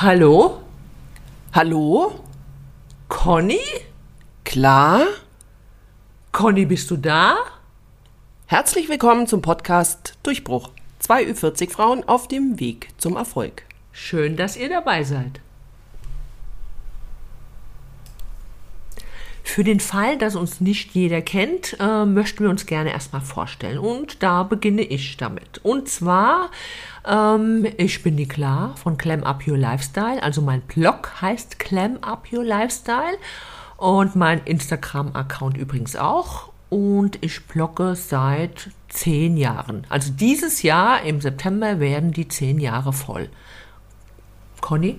Hallo? Hallo? Conny? Klar? Conny, bist du da? Herzlich willkommen zum Podcast Durchbruch. 2 Ü40 Frauen auf dem Weg zum Erfolg. Schön, dass ihr dabei seid. Für den Fall, dass uns nicht jeder kennt, möchten wir uns gerne erstmal vorstellen. Und da beginne ich damit. Und zwar, ich bin die Clara von Clam Up Your Lifestyle. Also mein Blog heißt Clam Up Your Lifestyle. Und mein Instagram-Account übrigens auch. Und ich blogge seit 10 Jahren. Also dieses Jahr, im September, werden die 10 Jahre voll. Conny?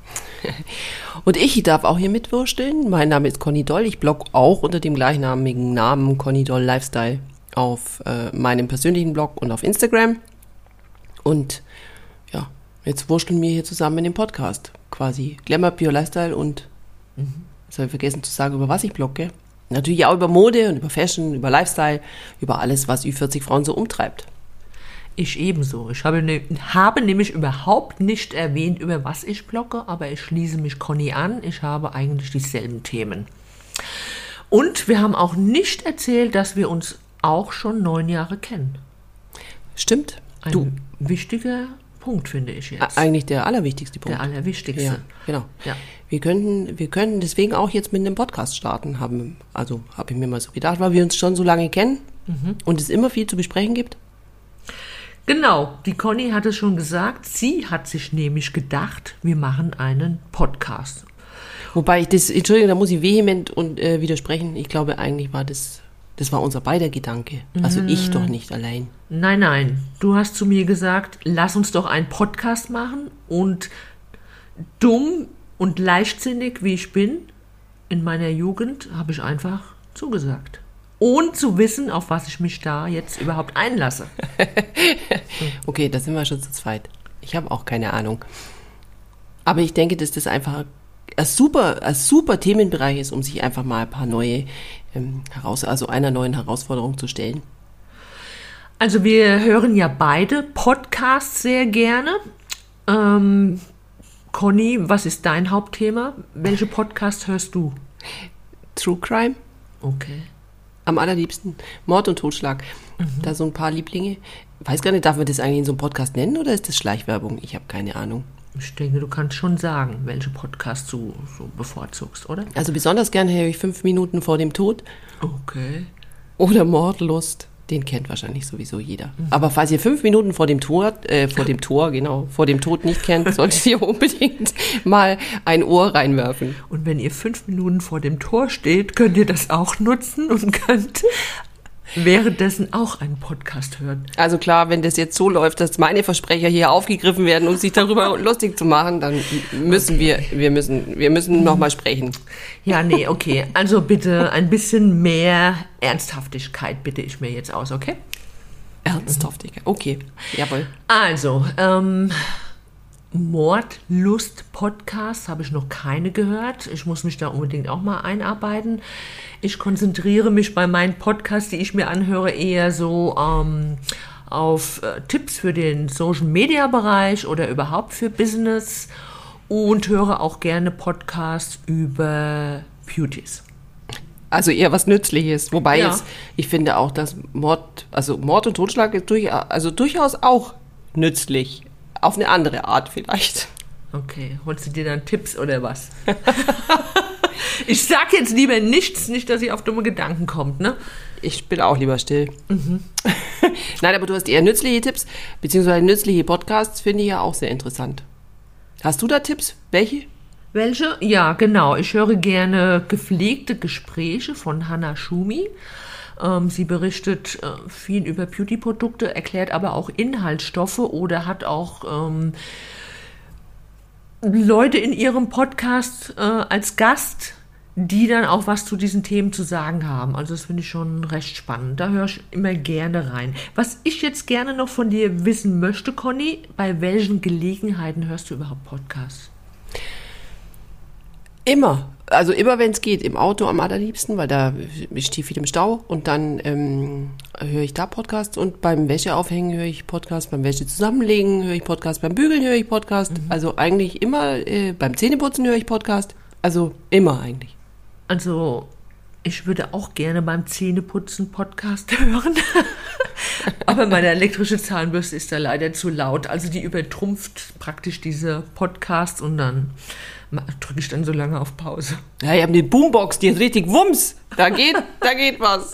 Und ich darf auch hier mitwursteln. Mein Name ist Conny Doll. Ich blogge auch unter dem gleichnamigen Namen Conny Doll Lifestyle auf meinem persönlichen Blog und auf Instagram. Und ja, jetzt wursteln wir hier zusammen in dem Podcast. Quasi Glamour Pure Lifestyle und jetzt habe ich vergessen zu sagen, über was ich blogge. Natürlich auch über Mode und über Fashion, über Lifestyle, über alles, was Ü40 Frauen so umtreibt. Ich ebenso. Ich habe nämlich überhaupt nicht erwähnt, über was ich blogge, aber ich schließe mich Conny an. Ich habe eigentlich dieselben Themen. Und wir haben auch nicht erzählt, dass wir uns auch schon 9 Jahre kennen. Stimmt. Ein wichtiger Punkt, finde ich jetzt. Eigentlich der allerwichtigste Punkt. Der allerwichtigste. Ja, genau. Ja. Wir könnten deswegen auch jetzt mit einem Podcast starten, habe ich mir mal so gedacht, weil wir uns schon so lange kennen und es immer viel zu besprechen gibt. Genau, die Conny hat es schon gesagt. Sie hat sich nämlich gedacht, wir machen einen Podcast. Wobei Entschuldigung, da muss ich vehement widersprechen. Ich glaube, eigentlich war das war unser beider Gedanke. Also ich doch nicht allein. Nein. Du hast zu mir gesagt, lass uns doch einen Podcast machen. Und dumm und leichtsinnig, wie ich bin, in meiner Jugend, habe ich einfach zugesagt. Ohne zu wissen, auf was ich mich da jetzt überhaupt einlasse. Okay, da sind wir schon zu zweit. Ich habe auch keine Ahnung. Aber ich denke, dass das einfach ein super Themenbereich ist, um sich einfach mal ein paar neue einer neuen Herausforderung zu stellen. Also wir hören ja beide Podcasts sehr gerne. Conny, was ist dein Hauptthema? Welche Podcasts hörst du? True Crime. Okay. Am allerliebsten Mord und Totschlag. Da so ein paar Lieblinge. Weiß gar nicht, darf man das eigentlich in so einem Podcast nennen oder ist das Schleichwerbung? Ich habe keine Ahnung. Ich denke, du kannst schon sagen, welche Podcasts du so bevorzugst, oder? Also besonders gerne höre ich 5 Minuten vor dem Tod. Okay. Oder Mordlust. Den kennt wahrscheinlich sowieso jeder. Aber falls ihr 5 Minuten vor dem Tod nicht kennt, solltet ihr unbedingt mal ein Ohr reinwerfen. Und wenn ihr 5 Minuten vor dem Tor steht, könnt ihr das auch nutzen und könnt währenddessen auch einen Podcast hören. Also klar, wenn das jetzt so läuft, dass meine Versprecher hier aufgegriffen werden, um sich darüber lustig zu machen, dann müssen wir müssen noch mal sprechen. Ja, nee, okay. Also bitte ein bisschen mehr Ernsthaftigkeit bitte ich mir jetzt aus, okay? Ernsthaftigkeit, okay, jawohl. Also, Mordlust-Podcasts habe ich noch keine gehört. Ich muss mich da unbedingt auch mal einarbeiten. Ich konzentriere mich bei meinen Podcasts, die ich mir anhöre, eher so auf Tipps für den Social-Media-Bereich oder überhaupt für Business und höre auch gerne Podcasts über Beauties. Also eher was Nützliches. Wobei ich finde auch, dass Mord und Totschlag ist durchaus auch nützlich. Auf eine andere Art vielleicht. Okay, holst du dir dann Tipps oder was? Ich sag jetzt lieber nichts, nicht, dass ihr auf dumme Gedanken kommt, ne? Ich bin auch lieber still. Nein, aber du hast eher nützliche Tipps, beziehungsweise nützliche Podcasts, finde ich ja auch sehr interessant. Hast du da Tipps? Welche? Welche? Ja, genau. Ich höre gerne gepflegte Gespräche von Hannah Schumi. Sie berichtet viel über Beauty-Produkte, erklärt aber auch Inhaltsstoffe oder hat auch Leute in ihrem Podcast als Gast, die dann auch was zu diesen Themen zu sagen haben. Also das finde ich schon recht spannend. Da höre ich immer gerne rein. Was ich jetzt gerne noch von dir wissen möchte, Conny, bei welchen Gelegenheiten hörst du überhaupt Podcasts? Immer. Also immer, wenn es geht, im Auto am allerliebsten, weil da ich stehe viel im Stau und dann höre ich da Podcasts und beim Wäscheaufhängen höre ich Podcasts, beim Wäsche zusammenlegen höre ich Podcasts, beim Bügeln höre ich Podcasts, also eigentlich immer, beim Zähneputzen höre ich Podcast, also immer eigentlich. Also ich würde auch gerne beim Zähneputzen Podcast hören, aber meine elektrische Zahnbürste ist da leider zu laut. Also die übertrumpft praktisch diese Podcasts und dann drücke ich dann so lange auf Pause. Ja, ihr habt eine Boombox, die ist richtig Wumms, da geht was.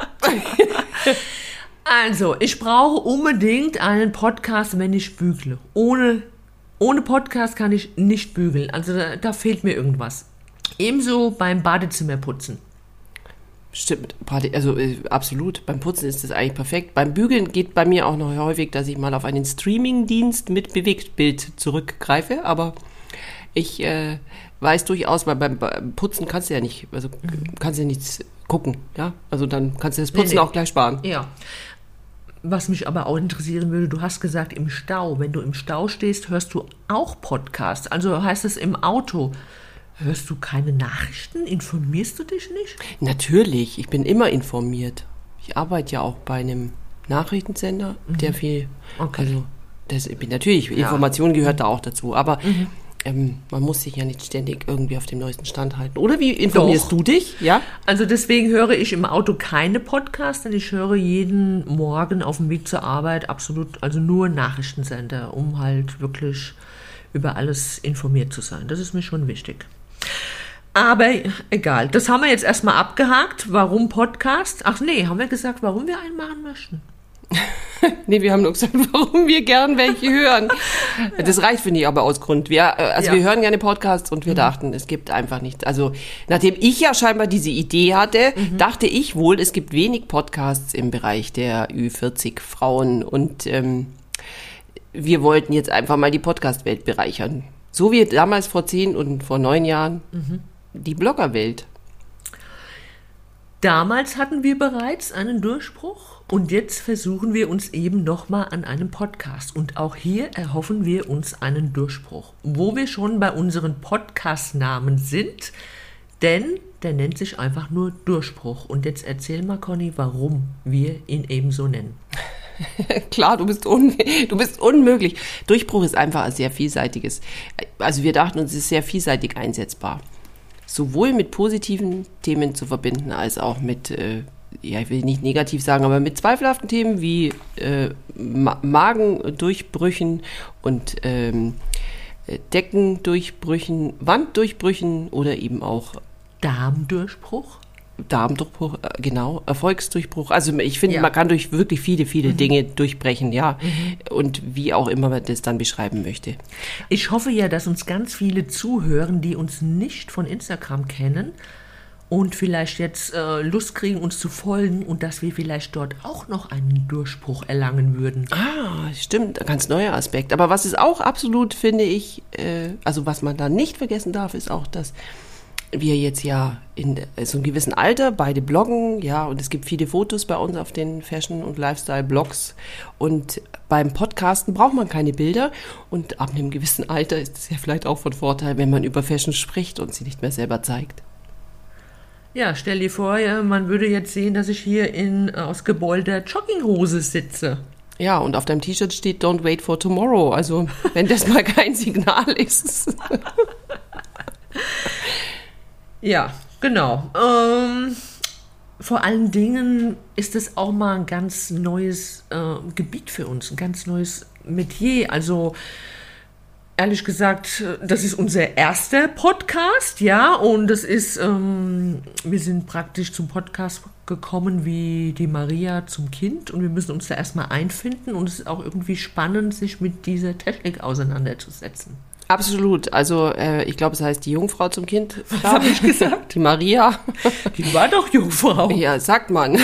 Also, ich brauche unbedingt einen Podcast, wenn ich bügle. Ohne Podcast kann ich nicht bügeln. Also da fehlt mir irgendwas. Ebenso beim Badezimmerputzen. Stimmt, also absolut. Beim Putzen ist das eigentlich perfekt. Beim Bügeln geht bei mir auch noch häufig, dass ich mal auf einen Streaming-Dienst mit Bewegtbild zurückgreife, aber ich weiß durchaus, weil beim Putzen kannst du ja nicht, also kannst du ja nichts gucken, ja? Also dann kannst du das Putzen auch gleich sparen. Ja. Was mich aber auch interessieren würde, du hast gesagt im Stau. Wenn du im Stau stehst, hörst du auch Podcasts. Also heißt es im Auto. Hörst du keine Nachrichten? Informierst du dich nicht? Natürlich, ich bin immer informiert. Ich arbeite ja auch bei einem Nachrichtensender, der viel, also natürlich, Information gehört da auch dazu, aber man muss sich ja nicht ständig irgendwie auf dem neuesten Stand halten. Oder wie informierst du dich? Ja? Also deswegen höre ich im Auto keine Podcasts, denn ich höre jeden Morgen auf dem Weg zur Arbeit absolut, also nur Nachrichtensender, um halt wirklich über alles informiert zu sein. Das ist mir schon wichtig. Aber egal, das haben wir jetzt erstmal abgehakt. Warum Podcast? Ach nee, haben wir gesagt, warum wir einen machen möchten? Nee, wir haben nur gesagt, warum wir gern welche hören. Das reicht, finde ich, aber aus Grund. Wir hören gerne Podcasts und wir dachten, es gibt einfach nichts. Also, nachdem ich ja scheinbar diese Idee hatte, dachte ich wohl, es gibt wenig Podcasts im Bereich der Ü40 Frauen und wir wollten jetzt einfach mal die Podcast-Welt bereichern. So wie damals vor 10 und vor 9 Jahren die Bloggerwelt. Damals hatten wir bereits einen Durchbruch und jetzt versuchen wir uns eben nochmal an einem Podcast. Und auch hier erhoffen wir uns einen Durchbruch. Wo wir schon bei unseren Podcast-Namen sind, denn der nennt sich einfach nur Durchbruch. Und jetzt erzähl mal, Conny, warum wir ihn eben so nennen. Klar, du bist unmöglich. Durchbruch ist einfach ein sehr vielseitiges. Also wir dachten uns, es ist sehr vielseitig einsetzbar. Sowohl mit positiven Themen zu verbinden, als auch mit, ich will nicht negativ sagen, aber mit zweifelhaften Themen wie Magendurchbrüchen und Deckendurchbrüchen, Wanddurchbrüchen oder eben auch Darmdurchbruch, genau, Erfolgsdurchbruch. Also ich finde, man kann durch wirklich viele Dinge durchbrechen, ja. Und wie auch immer man das dann beschreiben möchte. Ich hoffe ja, dass uns ganz viele zuhören, die uns nicht von Instagram kennen und vielleicht jetzt Lust kriegen, uns zu folgen und dass wir vielleicht dort auch noch einen Durchbruch erlangen würden. Ah, stimmt, ein ganz neuer Aspekt. Aber was ist auch absolut, finde ich, also was man da nicht vergessen darf, ist auch, dass wir jetzt ja in so einem gewissen Alter beide bloggen, ja, und es gibt viele Fotos bei uns auf den Fashion- und Lifestyle-Blogs und beim Podcasten braucht man keine Bilder und ab einem gewissen Alter ist es ja vielleicht auch von Vorteil, wenn man über Fashion spricht und sie nicht mehr selber zeigt. Ja, stell dir vor, man würde jetzt sehen, dass ich hier in ausgebeulter Jogginghose sitze. Ja, und auf deinem T-Shirt steht Don't wait for tomorrow, also wenn das mal kein Signal ist. Ja, genau. Vor allen Dingen ist es auch mal ein ganz neues Gebiet für uns, ein ganz neues Metier. Also ehrlich gesagt, das ist unser erster Podcast, ja, und das ist, wir sind praktisch zum Podcast gekommen wie die Maria zum Kind und wir müssen uns da erstmal einfinden und es ist auch irgendwie spannend, sich mit dieser Technik auseinanderzusetzen. Absolut. Also ich glaube, es heißt die Jungfrau zum Kind. Was habe ich gesagt? Die Maria. Die war doch Jungfrau. Ja, sagt man.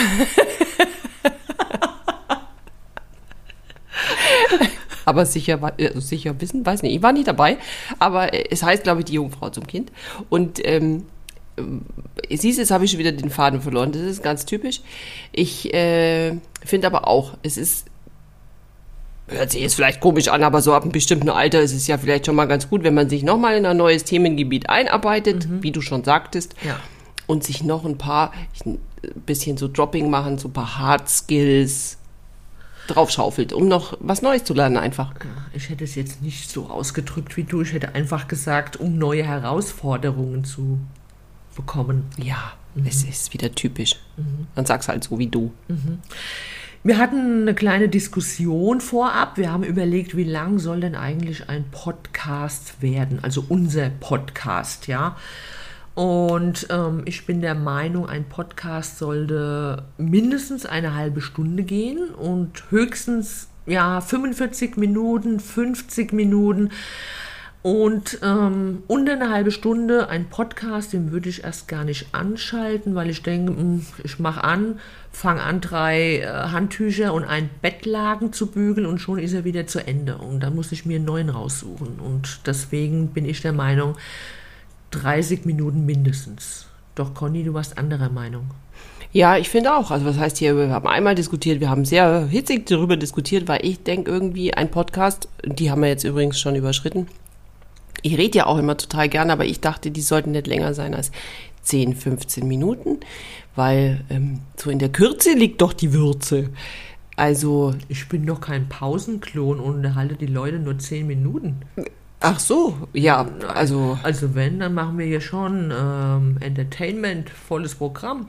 Aber sicher wissen, weiß nicht. Ich war nicht dabei. Aber es heißt, glaube ich, die Jungfrau zum Kind. Und siehst, jetzt habe ich schon wieder den Faden verloren. Das ist ganz typisch. Ich finde aber auch, es ist hört sich jetzt vielleicht komisch an, aber so ab einem bestimmten Alter ist es ja vielleicht schon mal ganz gut, wenn man sich nochmal in ein neues Themengebiet einarbeitet, wie du schon sagtest, und sich noch ein bisschen so Dropping machen, so ein paar Hard Skills draufschaufelt, um noch was Neues zu lernen einfach. Ich hätte es jetzt nicht so ausgedrückt wie du. Ich hätte einfach gesagt, um neue Herausforderungen zu bekommen. Ja, es ist wieder typisch. Dann sag's halt so wie du. Wir hatten eine kleine Diskussion vorab. Wir haben überlegt, wie lang soll denn eigentlich ein Podcast werden? Also unser Podcast, ja. Und ich bin der Meinung, ein Podcast sollte mindestens eine halbe Stunde gehen und höchstens 45 Minuten, 50 Minuten. Und unter eine halbe Stunde ein Podcast, den würde ich erst gar nicht anschalten, weil ich denke, ich fange an 3 Handtücher und ein Bettlaken zu bügeln und schon ist er wieder zu Ende. Und dann muss ich mir einen neuen raussuchen. Und deswegen bin ich der Meinung, 30 Minuten mindestens. Doch Conny, du warst anderer Meinung. Ja, ich finde auch. Also was heißt hier, wir haben einmal diskutiert, wir haben sehr hitzig darüber diskutiert, weil ich denke irgendwie, ein Podcast, die haben wir jetzt übrigens schon überschritten. Ich rede ja auch immer total gerne, aber ich dachte, die sollten nicht länger sein als 10, 15 Minuten, weil so in der Kürze liegt doch die Würze. Also ich bin doch kein Pausenklon und unterhalte die Leute nur 10 Minuten. Ach so, ja, also... Also wenn, dann machen wir hier schon Entertainment, volles Programm.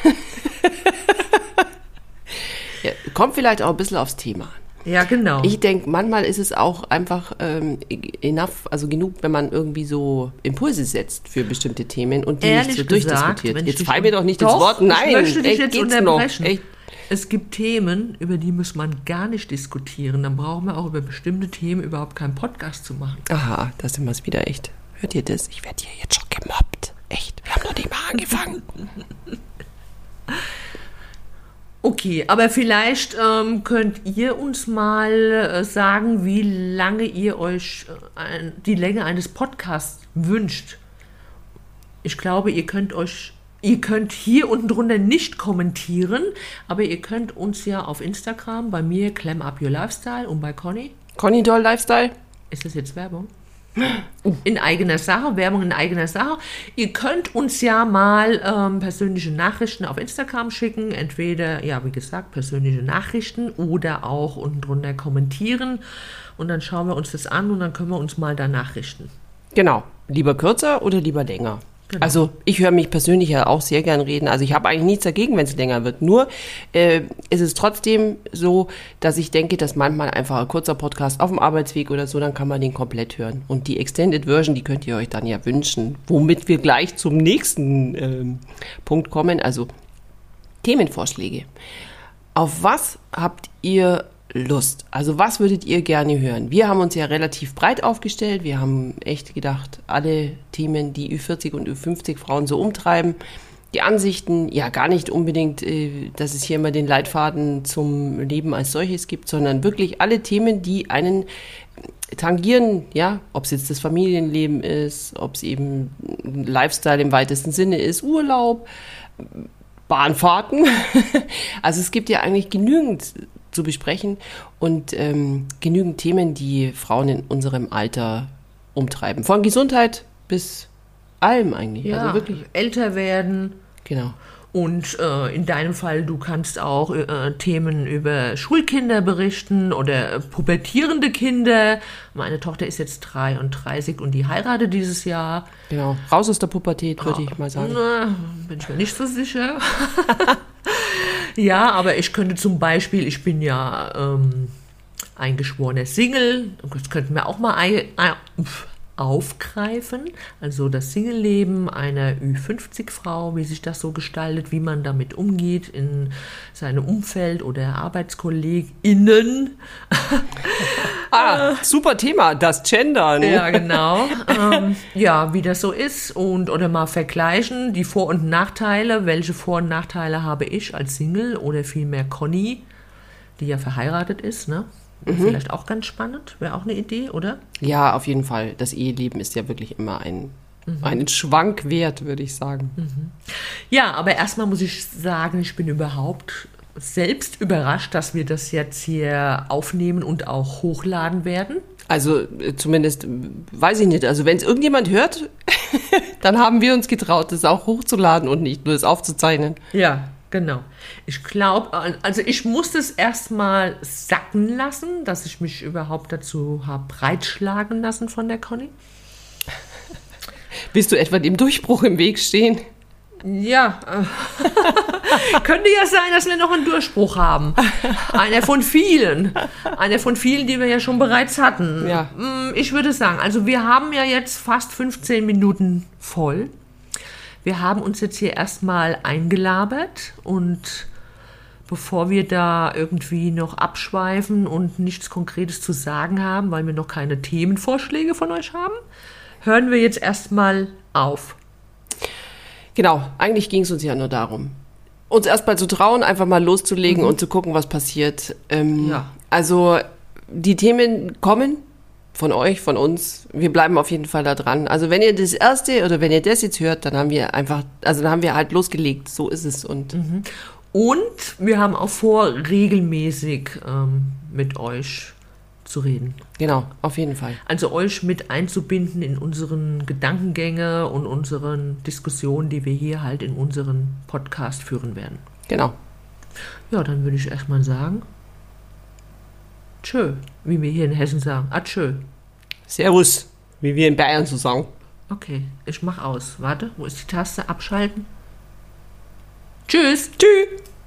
Ja, kommt vielleicht auch ein bisschen aufs Thema an. Ja, genau. Ich denke, manchmal ist es auch einfach enough, also genug, wenn man irgendwie so Impulse setzt für bestimmte Themen und die Ehrlich nicht so gesagt, durchdiskutiert. Jetzt fall mir doch nicht ins Wort. Nein, ich möchte dich echt, jetzt geht's unterbrechen. noch? Echt? Es gibt Themen, über die muss man gar nicht diskutieren. Dann brauchen wir auch über bestimmte Themen überhaupt keinen Podcast zu machen. Aha, da sind wir es wieder, echt. Hört ihr das? Ich werde hier jetzt schon gemobbt. Echt, wir haben noch nicht mal angefangen. Okay, aber vielleicht könnt ihr uns mal sagen, wie lange ihr euch die Länge eines Podcasts wünscht. Ich glaube, ihr könnt hier unten drunter nicht kommentieren, aber ihr könnt uns ja auf Instagram, bei mir Clam Up Your Lifestyle und bei Conny. Conny Doll Lifestyle. Ist das jetzt Werbung? In eigener Sache, Werbung in eigener Sache. Ihr könnt uns ja mal persönliche Nachrichten auf Instagram schicken, entweder, ja, wie gesagt, persönliche Nachrichten oder auch unten drunter kommentieren und dann schauen wir uns das an und dann können wir uns mal danach richten. Genau, lieber kürzer oder lieber länger? Genau. Also ich höre mich persönlich ja auch sehr gern reden. Also ich habe eigentlich nichts dagegen, wenn es länger wird. Nur ist es trotzdem so, dass ich denke, dass manchmal einfach ein kurzer Podcast auf dem Arbeitsweg oder so, dann kann man den komplett hören. Und die Extended Version, die könnt ihr euch dann ja wünschen. Womit wir gleich zum nächsten Punkt kommen. Also Themenvorschläge. Auf was habt ihr Lust? Also was würdet ihr gerne hören? Wir haben uns ja relativ breit aufgestellt. Wir haben echt gedacht, alle Themen, die Ü40 und Ü50 Frauen so umtreiben, die Ansichten, ja gar nicht unbedingt, dass es hier immer den Leitfaden zum Leben als solches gibt, sondern wirklich alle Themen, die einen tangieren, ja, ob es jetzt das Familienleben ist, ob es eben Lifestyle im weitesten Sinne ist, Urlaub, Bahnfahrten. Also es gibt ja eigentlich genügend zu besprechen und genügend Themen, die Frauen in unserem Alter umtreiben. Von Gesundheit bis allem eigentlich. Ja, also wirklich älter werden. Genau. Und in deinem Fall, du kannst auch Themen über Schulkinder berichten oder pubertierende Kinder. Meine Tochter ist jetzt 33 und die heiratet dieses Jahr. Genau, raus aus der Pubertät, würde ich mal sagen. Na, bin ich mir nicht so sicher. Ja, aber ich könnte zum Beispiel, ich bin ja eingeschworener Single, das könnten wir auch mal aufgreifen, also das Single-Leben einer Ü50-Frau, wie sich das so gestaltet, wie man damit umgeht in seinem Umfeld oder ArbeitskollegInnen. Super Thema, das Gendern. Ja, genau. Ja, wie das so ist oder mal vergleichen, die Vor- und Nachteile. Welche Vor- und Nachteile habe ich als Single oder vielmehr Conny, die ja verheiratet ist, ne? Vielleicht auch ganz spannend, wäre auch eine Idee, oder? Ja, auf jeden Fall. Das Eheleben ist ja wirklich immer einen Schwank wert, würde ich sagen. Ja, aber erstmal muss ich sagen, ich bin überhaupt selbst überrascht, dass wir das jetzt hier aufnehmen und auch hochladen werden. Also zumindest, weiß ich nicht, also wenn es irgendjemand hört, dann haben wir uns getraut, das auch hochzuladen und nicht nur das aufzuzeichnen. Ja, genau. Ich glaube, also ich musste es erstmal sacken lassen, dass ich mich überhaupt dazu habe breitschlagen lassen von der Conny. Willst du etwa dem Durchbruch im Weg stehen? Ja, könnte ja sein, dass wir noch einen Durchbruch haben. Einer von vielen, die wir ja schon bereits hatten. Ja. Ich würde sagen, also wir haben ja jetzt fast 15 Minuten voll. Wir haben uns jetzt hier erstmal eingelabert und bevor wir da irgendwie noch abschweifen und nichts Konkretes zu sagen haben, weil wir noch keine Themenvorschläge von euch haben, hören wir jetzt erstmal auf. Genau, eigentlich ging es uns ja nur darum, uns erstmal zu trauen, einfach mal loszulegen und zu gucken, was passiert. Ja. Also die Themen kommen von euch, von uns. Wir bleiben auf jeden Fall da dran. Also wenn ihr das erste oder wenn ihr das jetzt hört, dann haben wir halt losgelegt. So ist es. Und wir haben auch vor, regelmäßig mit euch zu reden. genau, auf jeden Fall. Also euch mit einzubinden in unseren Gedankengänge und unseren Diskussionen, die wir hier halt in unserem Podcast führen werden. Genau. Ja, dann würde ich erstmal sagen, tschö, wie wir hier in Hessen sagen. Tschö. Servus, wie wir in Bayern so sagen. Okay, ich mach aus. Warte, wo ist die Taste? Abschalten. Tschüss. Tschüss.